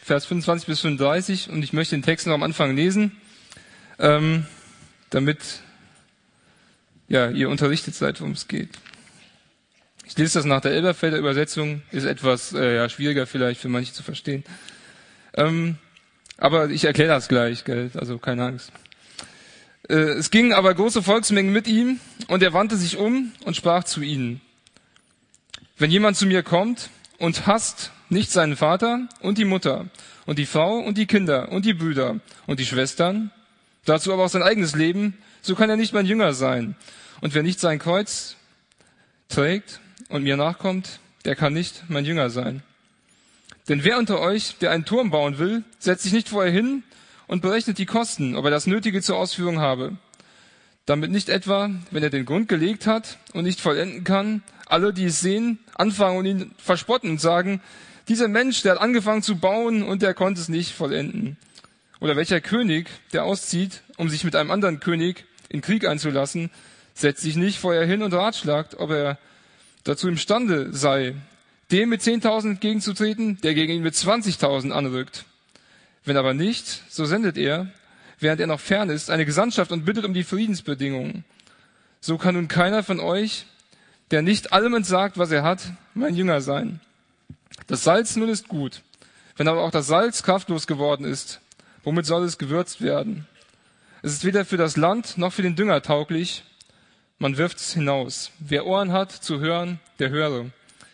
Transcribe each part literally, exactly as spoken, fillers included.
Vers fünfundzwanzig bis fünfunddreißig, und ich möchte den Text noch am Anfang lesen, ähm, damit ja, ihr unterrichtet seid, worum es geht. Ich lese das nach der Elberfelder Übersetzung, ist etwas äh, ja, schwieriger vielleicht für manche zu verstehen. Ähm, aber ich erkläre das gleich, gell? Also keine Angst. Äh, es gingen aber große Volksmengen mit ihm, und er wandte sich um und sprach zu ihnen: Wenn jemand zu mir kommt und hasst nicht seinen Vater und die Mutter und die Frau und die Kinder und die Brüder und die Schwestern, dazu aber auch sein eigenes Leben, so kann er nicht mein Jünger sein. Und wer nicht sein Kreuz trägt und mir nachkommt, der kann nicht mein Jünger sein. Denn wer unter euch, der einen Turm bauen will, setzt sich nicht vorher hin und berechnet die Kosten, ob er das Nötige zur Ausführung habe. Damit nicht etwa, wenn er den Grund gelegt hat und nicht vollenden kann, alle, die es sehen, anfangen und ihn verspotten und sagen: Dieser Mensch, der hat angefangen zu bauen und der konnte es nicht vollenden. Oder welcher König, der auszieht, um sich mit einem anderen König in Krieg einzulassen, setzt sich nicht vorher hin und ratschlagt, ob er dazu imstande sei, dem mit zehntausend entgegenzutreten, der gegen ihn mit zwanzigtausend anrückt. Wenn aber nicht, so sendet er, während er noch fern ist, eine Gesandtschaft und bittet um die Friedensbedingungen. So kann nun keiner von euch, der nicht allem entsagt, was er hat, mein Jünger sein. Das Salz nun ist gut. Wenn aber auch das Salz kraftlos geworden ist, womit soll es gewürzt werden? Es ist weder für das Land noch für den Dünger tauglich. Man wirft es hinaus. Wer Ohren hat zu hören, der höre.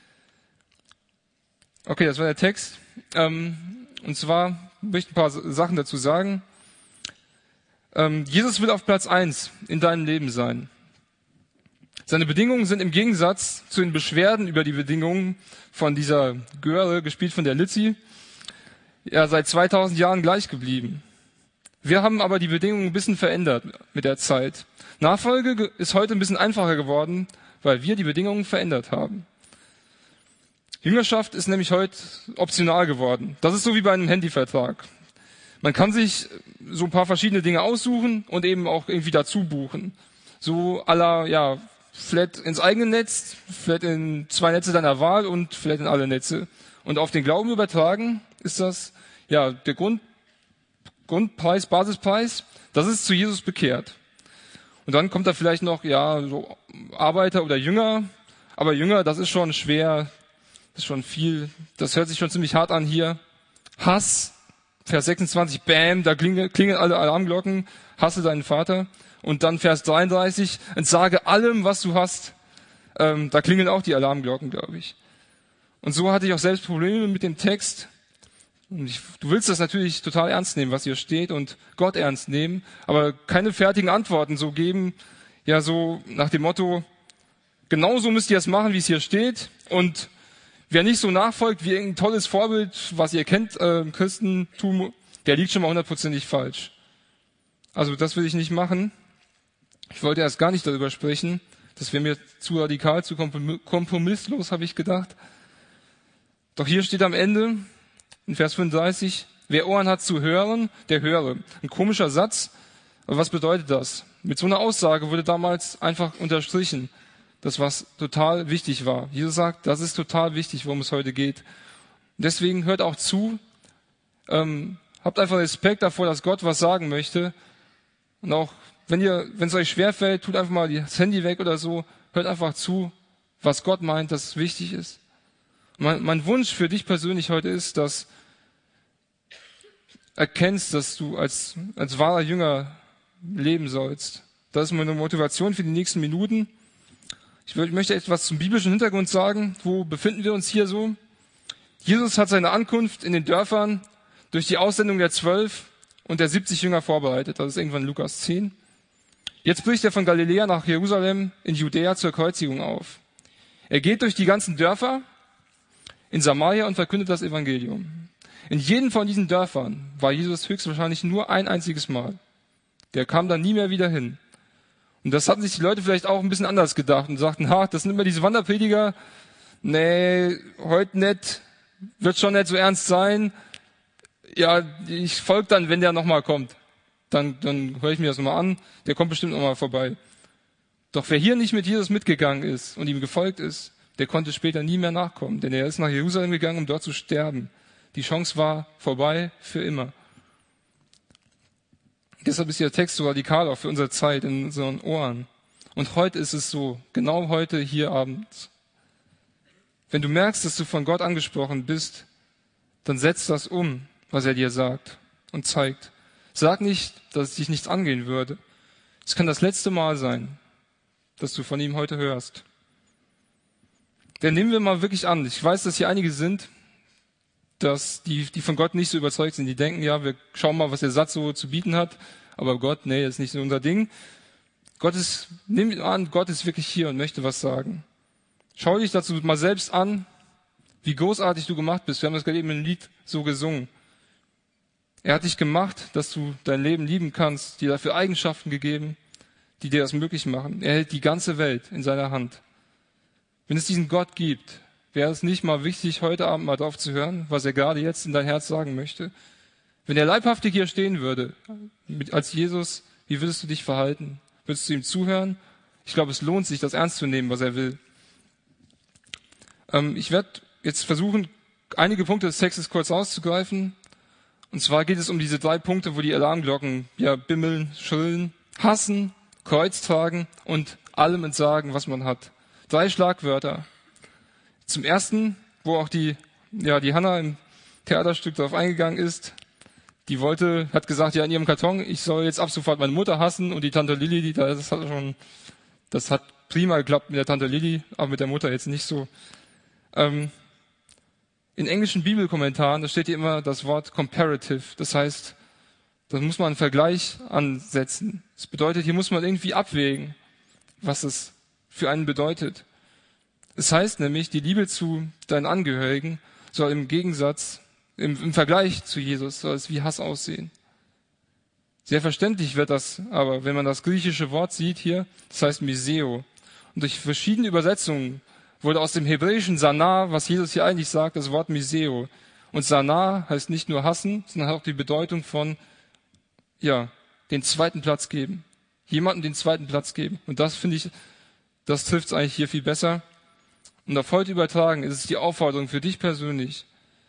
Okay, das war der Text. Ähm, und zwar möchte ich ein paar Sachen dazu sagen. Ähm, Jesus will auf Platz eins in deinem Leben sein. Seine Bedingungen sind im Gegensatz zu den Beschwerden über die Bedingungen von dieser Göre, gespielt von der Lizzie, ja, seit zweitausend Jahren gleich geblieben. Wir haben aber die Bedingungen ein bisschen verändert mit der Zeit. Nachfolge ist heute ein bisschen einfacher geworden, weil wir die Bedingungen verändert haben. Jüngerschaft ist nämlich heute optional geworden. Das ist so wie bei einem Handyvertrag. Man kann sich so ein paar verschiedene Dinge aussuchen und eben auch irgendwie dazu buchen. So à la, ja, vielleicht ins eigene Netz, vielleicht in zwei Netze deiner Wahl und vielleicht in alle Netze. Und auf den Glauben übertragen ist das, ja, der Grund, Grundpreis, Basispreis, das ist zu Jesus bekehrt. Und dann kommt da vielleicht noch, ja, so Arbeiter oder Jünger. Aber Jünger, das ist schon schwer, das ist schon viel, das hört sich schon ziemlich hart an hier. Hass, Vers sechsundzwanzig, bam, da klingeln, klingeln alle Alarmglocken, hasse deinen Vater. Und dann Vers dreiunddreißig, entsage allem, was du hast. Ähm, da klingeln auch die Alarmglocken, glaube ich. Und so hatte ich auch selbst Probleme mit dem Text. Und ich, du willst das natürlich total ernst nehmen, was hier steht, und Gott ernst nehmen, aber keine fertigen Antworten so geben, ja, so nach dem Motto, genauso müsst ihr es machen, wie es hier steht, und wer nicht so nachfolgt wie irgendein tolles Vorbild, was ihr kennt, äh, Christentum, der liegt schon mal hundertprozentig falsch. Also das will ich nicht machen. Ich wollte erst gar nicht darüber sprechen. Das wäre mir zu radikal, zu kompromisslos, habe ich gedacht. Doch hier steht am Ende, in Vers fünfunddreißig, wer Ohren hat zu hören, der höre. Ein komischer Satz, aber was bedeutet das? Mit so einer Aussage wurde damals einfach unterstrichen, das was total wichtig war. Jesus sagt, das ist total wichtig, worum es heute geht. Und deswegen hört auch zu, ähm, habt einfach Respekt davor, dass Gott was sagen möchte. Und auch wenn ihr, wenn es euch schwerfällt, tut einfach mal das Handy weg oder so, hört einfach zu, was Gott meint, dass es wichtig ist. Mein, mein Wunsch für dich persönlich heute ist, dass erkennst, dass du als, als wahrer Jünger leben sollst. Das ist meine Motivation für die nächsten Minuten. Ich möchte etwas zum biblischen Hintergrund sagen. Wo befinden wir uns hier so? Jesus hat seine Ankunft in den Dörfern durch die Aussendung der Zwölf und der siebzig Jünger vorbereitet. Das ist irgendwann Lukas zehn. Jetzt bricht er von Galiläa nach Jerusalem in Judäa zur Kreuzigung auf. Er geht durch die ganzen Dörfer in Samaria und verkündet das Evangelium. In jedem von diesen Dörfern war Jesus höchstwahrscheinlich nur ein einziges Mal. Der kam dann nie mehr wieder hin. Und das hatten sich die Leute vielleicht auch ein bisschen anders gedacht und sagten, ha, das sind immer diese Wanderprediger. Nee, heute nicht, wird schon nicht so ernst sein. Ja, ich folge dann, wenn der nochmal kommt. Dann, dann höre ich mir das nochmal an. Der kommt bestimmt nochmal vorbei. Doch wer hier nicht mit Jesus mitgegangen ist und ihm gefolgt ist, der konnte später nie mehr nachkommen. Denn er ist nach Jerusalem gegangen, um dort zu sterben. Die Chance war vorbei für immer. Deshalb ist der Text so radikal auch für unsere Zeit in unseren Ohren. Und heute ist es so, genau heute, hier abends. Wenn du merkst, dass du von Gott angesprochen bist, dann setz das um, was er dir sagt und zeigt. Sag nicht, dass es dich nichts angehen würde. Es kann das letzte Mal sein, dass du von ihm heute hörst. Denn nehmen wir mal wirklich an, ich weiß, dass hier einige sind, dass die, die von Gott nicht so überzeugt sind. Die denken, ja, wir schauen mal, was der Satz so zu bieten hat. Aber Gott, nee, das ist nicht so unser Ding. Gott ist, nimm an, Gott ist wirklich hier und möchte was sagen. Schau dich dazu mal selbst an, wie großartig du gemacht bist. Wir haben das gerade eben im Lied so gesungen. Er hat dich gemacht, dass du dein Leben lieben kannst, dir dafür Eigenschaften gegeben, die dir das möglich machen. Er hält die ganze Welt in seiner Hand. Wenn es diesen Gott gibt, wäre es nicht mal wichtig, heute Abend mal drauf zu hören, was er gerade jetzt in dein Herz sagen möchte. Wenn er leibhaftig hier stehen würde, als Jesus, wie würdest du dich verhalten? Würdest du ihm zuhören? Ich glaube, es lohnt sich, das ernst zu nehmen, was er will. Ähm, ich werde jetzt versuchen, einige Punkte des Textes kurz auszugreifen. Und zwar geht es um diese drei Punkte, wo die Alarmglocken ja bimmeln, schrillen, hassen, Kreuz tragen und allem entsagen, was man hat. Drei Schlagwörter. Zum ersten, wo auch die, ja, die Hannah im Theaterstück darauf eingegangen ist, die wollte, hat gesagt, ja, in ihrem Karton, ich soll jetzt ab sofort meine Mutter hassen und die Tante Lilly, die da, das hat schon, das hat prima geklappt mit der Tante Lilly, aber mit der Mutter jetzt nicht so. Ähm, in englischen Bibelkommentaren, da steht hier immer das Wort comparative, das heißt, da muss man einen Vergleich ansetzen. Das bedeutet, hier muss man irgendwie abwägen, was es für einen bedeutet. Es heißt nämlich, die Liebe zu deinen Angehörigen soll im Gegensatz, im, im Vergleich zu Jesus, soll es wie Hass aussehen. Sehr verständlich wird das aber, wenn man das griechische Wort sieht hier, das heißt Miseo. Und durch verschiedene Übersetzungen wurde aus dem hebräischen Sana, was Jesus hier eigentlich sagt, das Wort Miseo. Und Sana heißt nicht nur hassen, sondern hat auch die Bedeutung von, ja, den zweiten Platz geben. Jemandem den zweiten Platz geben. Und das finde ich, das trifft es eigentlich hier viel besser. Und auf heute übertragen ist es die Aufforderung für dich persönlich,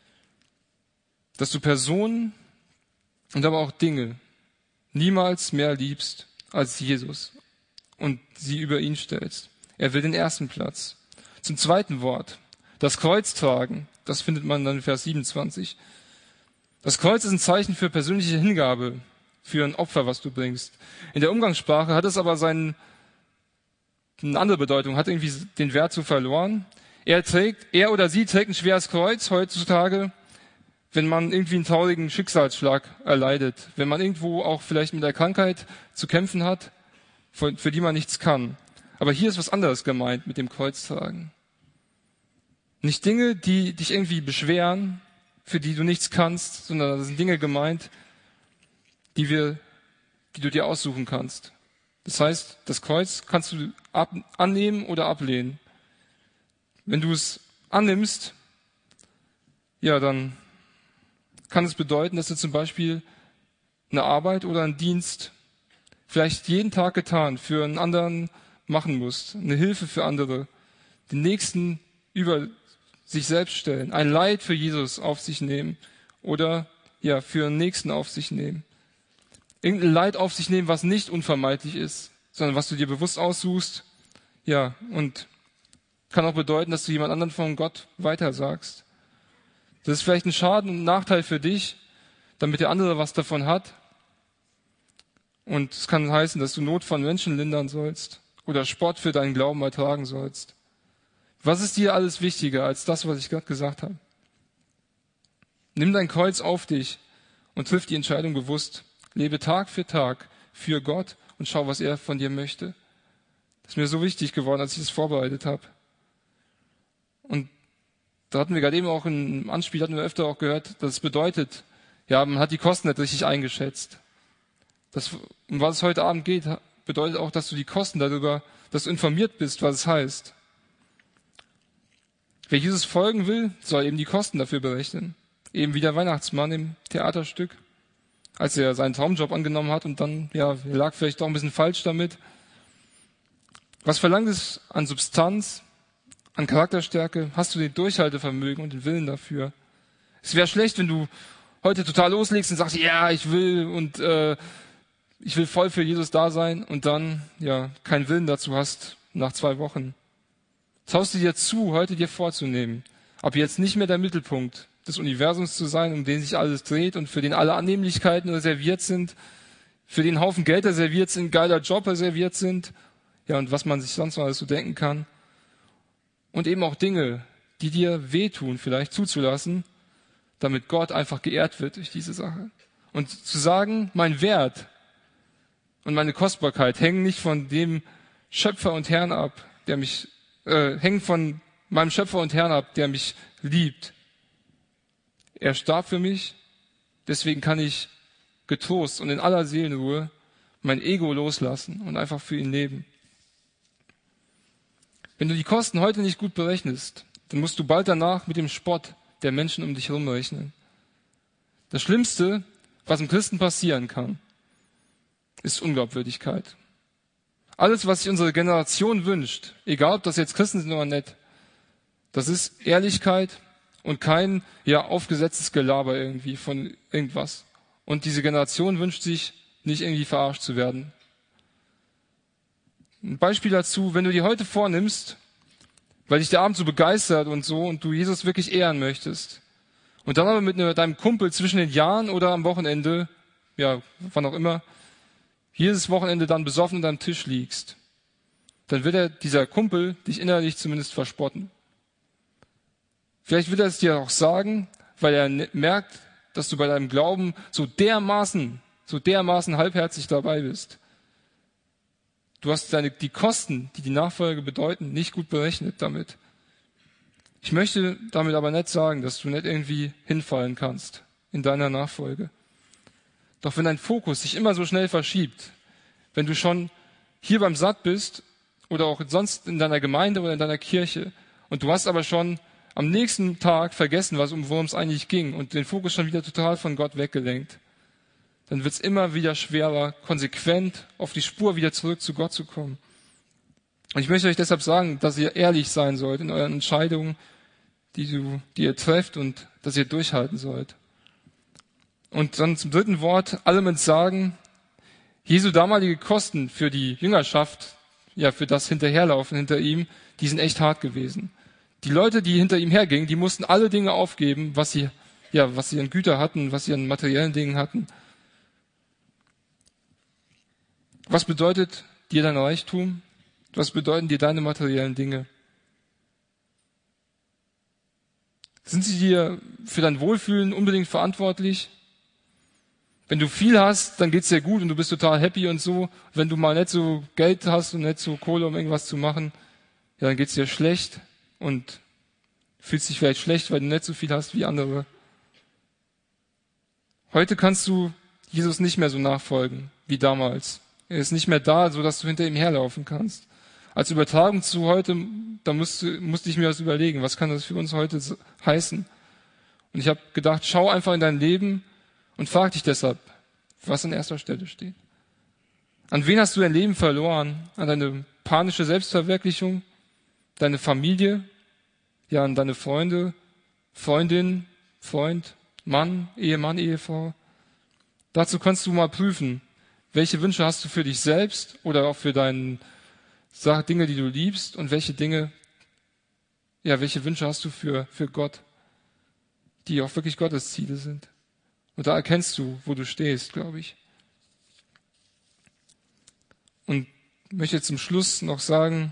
dass du Personen und aber auch Dinge niemals mehr liebst als Jesus und sie über ihn stellst. Er will den ersten Platz. Zum zweiten Wort, das Kreuz tragen, das findet man dann in Vers siebenundzwanzig. Das Kreuz ist ein Zeichen für persönliche Hingabe, für ein Opfer, was du bringst. In der Umgangssprache hat es aber seinen, eine andere Bedeutung, hat irgendwie den Wert so verloren. Er trägt, er oder sie trägt ein schweres Kreuz heutzutage, wenn man irgendwie einen traurigen Schicksalsschlag erleidet, wenn man irgendwo auch vielleicht mit der Krankheit zu kämpfen hat, für, für die man nichts kann. Aber hier ist was anderes gemeint mit dem Kreuztragen. Nicht Dinge, die dich irgendwie beschweren, für die du nichts kannst, sondern das sind Dinge gemeint, die wir, die du dir aussuchen kannst. Das heißt, das Kreuz kannst du ab, annehmen oder ablehnen. Wenn du es annimmst, ja, dann kann es bedeuten, dass du zum Beispiel eine Arbeit oder einen Dienst vielleicht jeden Tag getan für einen anderen machen musst, eine Hilfe für andere, den Nächsten über sich selbst stellen, ein Leid für Jesus auf sich nehmen oder ja für einen Nächsten auf sich nehmen. Irgendein Leid auf sich nehmen, was nicht unvermeidlich ist, sondern was du dir bewusst aussuchst, ja, und kann auch bedeuten, dass du jemand anderen von Gott weitersagst. Das ist vielleicht ein Schaden und ein Nachteil für dich, damit der andere was davon hat. Und es kann heißen, dass du Not von Menschen lindern sollst oder Spott für deinen Glauben ertragen sollst. Was ist dir alles wichtiger als das, was ich gerade gesagt habe? Nimm dein Kreuz auf dich und triff die Entscheidung bewusst. Lebe Tag für Tag für Gott und schau, was er von dir möchte. Das ist mir so wichtig geworden, als ich das vorbereitet habe. Und da hatten wir gerade eben auch im Anspiel, hatten wir öfter auch gehört, dass es bedeutet, ja, man hat die Kosten nicht richtig eingeschätzt. Das, um was es heute Abend geht, bedeutet auch, dass du die Kosten darüber, dass du informiert bist, was es heißt. Wer Jesus folgen will, soll eben die Kosten dafür berechnen. Eben wie der Weihnachtsmann im Theaterstück, als er seinen Traumjob angenommen hat und dann, ja, er lag vielleicht doch ein bisschen falsch damit. Was verlangt es an Substanz, an Charakterstärke? Hast du den Durchhaltevermögen und den Willen dafür? Es wäre schlecht, wenn du heute total loslegst und sagst, ja, ich will und äh, ich will voll für Jesus da sein und dann ja keinen Willen dazu hast nach zwei Wochen. Traust du dir zu, heute dir vorzunehmen, ab jetzt nicht mehr der Mittelpunkt des Universums zu sein, um den sich alles dreht und für den alle Annehmlichkeiten reserviert sind, für den Haufen Geld reserviert sind, geiler Job reserviert sind, ja, und was man sich sonst noch alles so denken kann. Und eben auch Dinge, die dir wehtun, vielleicht zuzulassen, damit Gott einfach geehrt wird durch diese Sache. Und zu sagen, mein Wert und meine Kostbarkeit hängen nicht von dem Schöpfer und Herrn ab, der mich, äh, hängen von meinem Schöpfer und Herrn ab, der mich liebt. Er starb für mich, deswegen kann ich getrost und in aller Seelenruhe mein Ego loslassen und einfach für ihn leben. Wenn du die Kosten heute nicht gut berechnest, dann musst du bald danach mit dem Spott der Menschen um dich herum rechnen. Das Schlimmste, was einem Christen passieren kann, ist Unglaubwürdigkeit. Alles, was sich unsere Generation wünscht, egal ob das jetzt Christen sind oder nicht, das ist Ehrlichkeit und kein ja aufgesetztes Gelaber irgendwie von irgendwas. Und diese Generation wünscht sich, nicht irgendwie verarscht zu werden. Ein Beispiel dazu, wenn du dir heute vornimmst, weil dich der Abend so begeistert und so und du Jesus wirklich ehren möchtest und dann aber mit deinem Kumpel zwischen den Jahren oder am Wochenende, ja, wann auch immer, jedes Wochenende dann besoffen an deinem Tisch liegst, dann wird er, dieser Kumpel, dich innerlich zumindest verspotten. Vielleicht wird er es dir auch sagen, weil er merkt, dass du bei deinem Glauben so dermaßen, so dermaßen halbherzig dabei bist. Du hast deine, die Kosten, die die Nachfolge bedeuten, nicht gut berechnet damit. Ich möchte damit aber nicht sagen, dass du nicht irgendwie hinfallen kannst in deiner Nachfolge. Doch wenn dein Fokus sich immer so schnell verschiebt, wenn du schon hier beim Satt bist oder auch sonst in deiner Gemeinde oder in deiner Kirche und du hast aber schon am nächsten Tag vergessen, was um worum es eigentlich ging und den Fokus schon wieder total von Gott weggelenkt, dann wird es immer wieder schwerer, konsequent auf die Spur wieder zurück zu Gott zu kommen. Und ich möchte euch deshalb sagen, dass ihr ehrlich sein sollt in euren Entscheidungen, die, du, die ihr trefft und dass ihr durchhalten sollt. Und dann zum dritten Wort, allem entsagen, Jesu damalige Kosten für die Jüngerschaft, ja für das Hinterherlaufen hinter ihm, die sind echt hart gewesen. Die Leute, die hinter ihm hergingen, die mussten alle Dinge aufgeben, was sie, ja, was sie an Güter hatten, was sie an materiellen Dingen hatten. Was bedeutet dir dein Reichtum? Was bedeuten dir deine materiellen Dinge? Sind sie dir für dein Wohlfühlen unbedingt verantwortlich? Wenn du viel hast, dann geht's dir gut und du bist total happy und so. Wenn du mal nicht so Geld hast und nicht so Kohle, um irgendwas zu machen, ja, dann geht's dir schlecht und fühlst dich vielleicht schlecht, weil du nicht so viel hast wie andere. Heute kannst du Jesus nicht mehr so nachfolgen wie damals. Er ist nicht mehr da, so dass du hinter ihm herlaufen kannst. Als Übertragung zu heute, da musste, musste ich mir was überlegen, was kann das für uns heute heißen? Und ich habe gedacht, schau einfach in dein Leben und frag dich deshalb, was an erster Stelle steht. An wen hast du dein Leben verloren? An deine panische Selbstverwirklichung? Deine Familie? Ja, an deine Freunde, Freundin, Freund, Mann, Ehemann, Ehefrau? Dazu kannst du mal prüfen, welche Wünsche hast du für dich selbst oder auch für deine Dinge, die du liebst und welche Dinge, ja, welche Wünsche hast du für, für Gott, die auch wirklich Gottes Ziele sind. Und da erkennst du, wo du stehst, glaube ich. Und ich möchte zum Schluss noch sagen,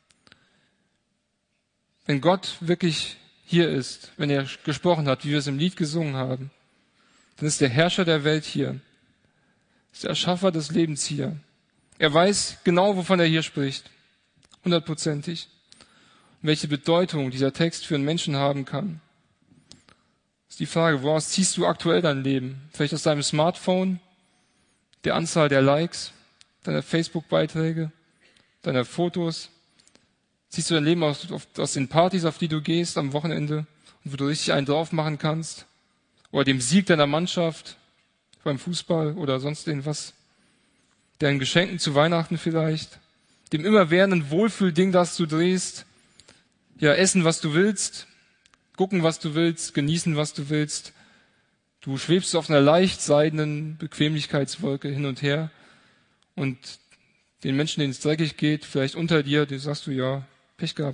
wenn Gott wirklich hier ist, wenn er gesprochen hat, wie wir es im Lied gesungen haben, dann ist der Herrscher der Welt hier, ist der Erschaffer des Lebens hier. Er weiß genau, wovon er hier spricht, hundertprozentig, und welche Bedeutung dieser Text für einen Menschen haben kann. Das ist die Frage, woraus ziehst du aktuell dein Leben? Vielleicht aus deinem Smartphone, der Anzahl der Likes, deiner Facebook-Beiträge, deiner Fotos? Ziehst du dein Leben aus, aus den Partys, auf die du gehst am Wochenende und wo du richtig einen drauf machen kannst? Oder dem Sieg deiner Mannschaft beim Fußball oder sonst irgendwas? Deinen Geschenken zu Weihnachten vielleicht? Dem immerwährenden Wohlfühlding, das du drehst? Ja, essen, was du willst? gucken, was du willst, genießen, was du willst. Du schwebst auf einer leicht seidenen Bequemlichkeitswolke hin und her und den Menschen, denen es dreckig geht, vielleicht unter dir, die sagst du, ja, Pech gehabt.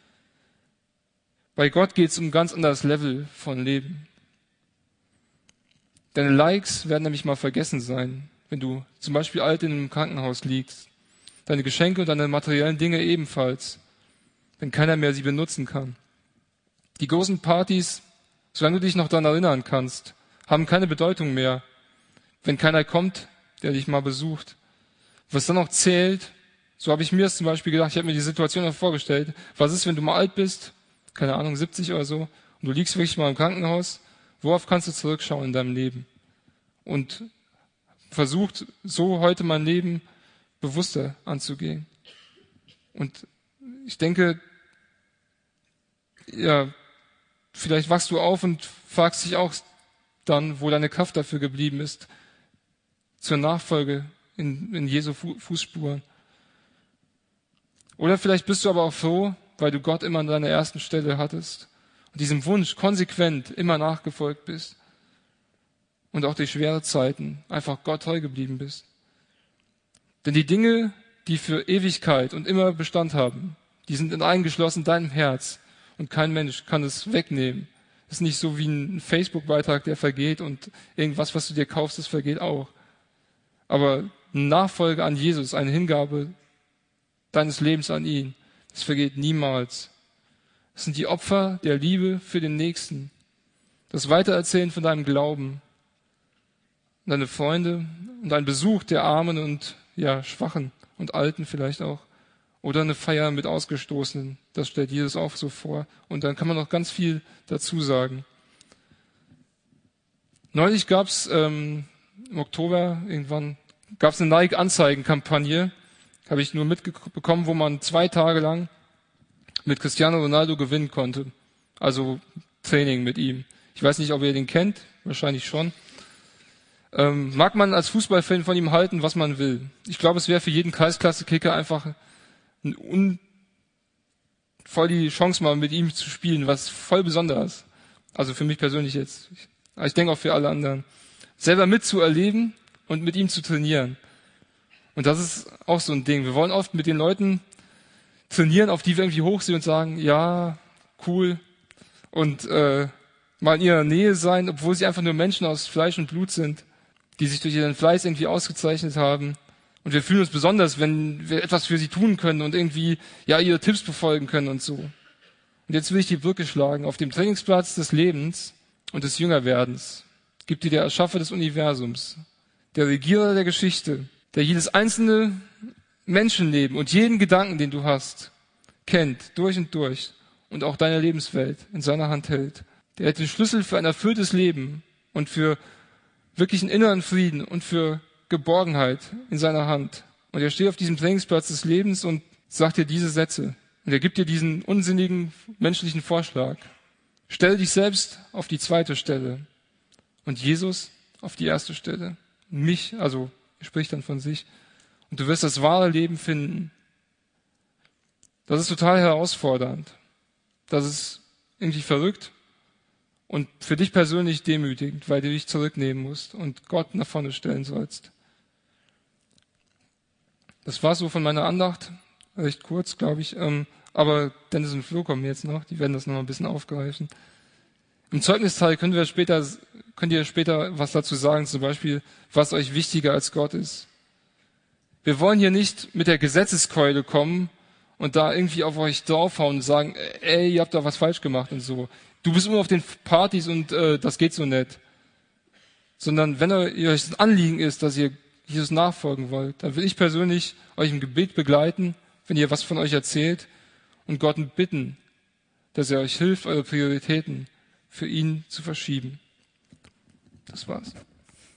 Bei Gott geht es um ein ganz anderes Level von Leben. Deine Likes werden nämlich mal vergessen sein, wenn du zum Beispiel alt in einem Krankenhaus liegst. Deine Geschenke und deine materiellen Dinge ebenfalls, wenn keiner mehr sie benutzen kann. Die großen Partys, solange du dich noch daran erinnern kannst, haben keine Bedeutung mehr, wenn keiner kommt, der dich mal besucht. Was dann noch zählt, so habe ich mir es zum Beispiel gedacht, ich habe mir die Situation auch vorgestellt, was ist, wenn du mal alt bist, keine Ahnung, siebzig oder so, und du liegst wirklich mal im Krankenhaus, worauf kannst du zurückschauen in deinem Leben? Und versucht, so heute mein Leben bewusster anzugehen. Und ich denke, ja, vielleicht wachst du auf und fragst dich auch dann, wo deine Kraft dafür geblieben ist, zur Nachfolge in, in Jesu Fußspuren. Oder vielleicht bist du aber auch froh, weil du Gott immer an deiner ersten Stelle hattest und diesem Wunsch konsequent immer nachgefolgt bist und auch durch schwere Zeiten einfach Gott treu geblieben bist. Denn die Dinge, die für Ewigkeit und immer Bestand haben, die sind eingeschlossen in deinem Herz und kein Mensch kann es wegnehmen. Es ist nicht so wie ein Facebook-Beitrag, der vergeht und irgendwas, was du dir kaufst, das vergeht auch. Aber eine Nachfolge an Jesus, eine Hingabe deines Lebens an ihn, das vergeht niemals. Es sind die Opfer der Liebe für den Nächsten, das Weitererzählen von deinem Glauben, deine Freunde und ein Besuch der Armen und ja Schwachen und Alten vielleicht auch. Oder eine Feier mit Ausgestoßenen. Das stellt Jesus auch so vor. Und dann kann man noch ganz viel dazu sagen. Neulich gab es ähm, im Oktober irgendwann gab es eine Nike-Anzeigenkampagne, habe ich nur mitbekommen, wo man zwei Tage lang mit Cristiano Ronaldo gewinnen konnte. Also Training mit ihm. Ich weiß nicht, ob ihr den kennt, wahrscheinlich schon. Ähm, mag man als Fußballfan von ihm halten, was man will. Ich glaube, es wäre für jeden Kreisklasse-Kicker einfach ein un voll die Chance, mal mit ihm zu spielen, was voll Besonderes. Also für mich persönlich jetzt. Aber ich denke auch für alle anderen. Selber mitzuerleben und mit ihm zu trainieren. Und das ist auch so ein Ding. Wir wollen oft mit den Leuten trainieren, auf die wir irgendwie hochsehen und sagen, ja, cool. Und äh, mal in ihrer Nähe sein, obwohl sie einfach nur Menschen aus Fleisch und Blut sind, die sich durch ihren Fleiß irgendwie ausgezeichnet haben. Und wir fühlen uns besonders, wenn wir etwas für sie tun können und irgendwie ja ihre Tipps befolgen können und so. Und jetzt will ich die Brücke schlagen. Auf dem Trainingsplatz des Lebens und des Jüngerwerdens gibt dir der Erschaffer des Universums, der Regierer der Geschichte, der jedes einzelne Menschenleben und jeden Gedanken, den du hast, kennt, durch und durch und auch deine Lebenswelt in seiner Hand hält. Der hat den Schlüssel für ein erfülltes Leben und für wirklichen inneren Frieden und für Geborgenheit in seiner Hand. Und er steht auf diesem Trainingsplatz des Lebens und sagt dir diese Sätze. Und er gibt dir diesen unsinnigen menschlichen Vorschlag. Stelle dich selbst auf die zweite Stelle und Jesus auf die erste Stelle. Mich, also er spricht dann von sich. Und du wirst das wahre Leben finden. Das ist total herausfordernd. Das ist irgendwie verrückt und für dich persönlich demütigend, weil du dich zurücknehmen musst und Gott nach vorne stellen sollst. Das war so von meiner Andacht, recht kurz, glaube ich. Aber Dennis und Flo kommen jetzt noch, die werden das noch mal ein bisschen aufgreifen. Im Zeugnisteil können wir später, könnt ihr später was dazu sagen, zum Beispiel, was euch wichtiger als Gott ist. Wir wollen hier nicht mit der Gesetzeskeule kommen und da irgendwie auf euch draufhauen und sagen, ey, ihr habt da was falsch gemacht und so. Du bist immer auf den Partys und äh, das geht so nicht. Sondern wenn euch das Anliegen ist, dass ihr Jesus nachfolgen wollt, dann will ich persönlich euch im Gebet begleiten, wenn ihr was von euch erzählt und Gott bitten, dass er euch hilft, eure Prioritäten für ihn zu verschieben. Das war's.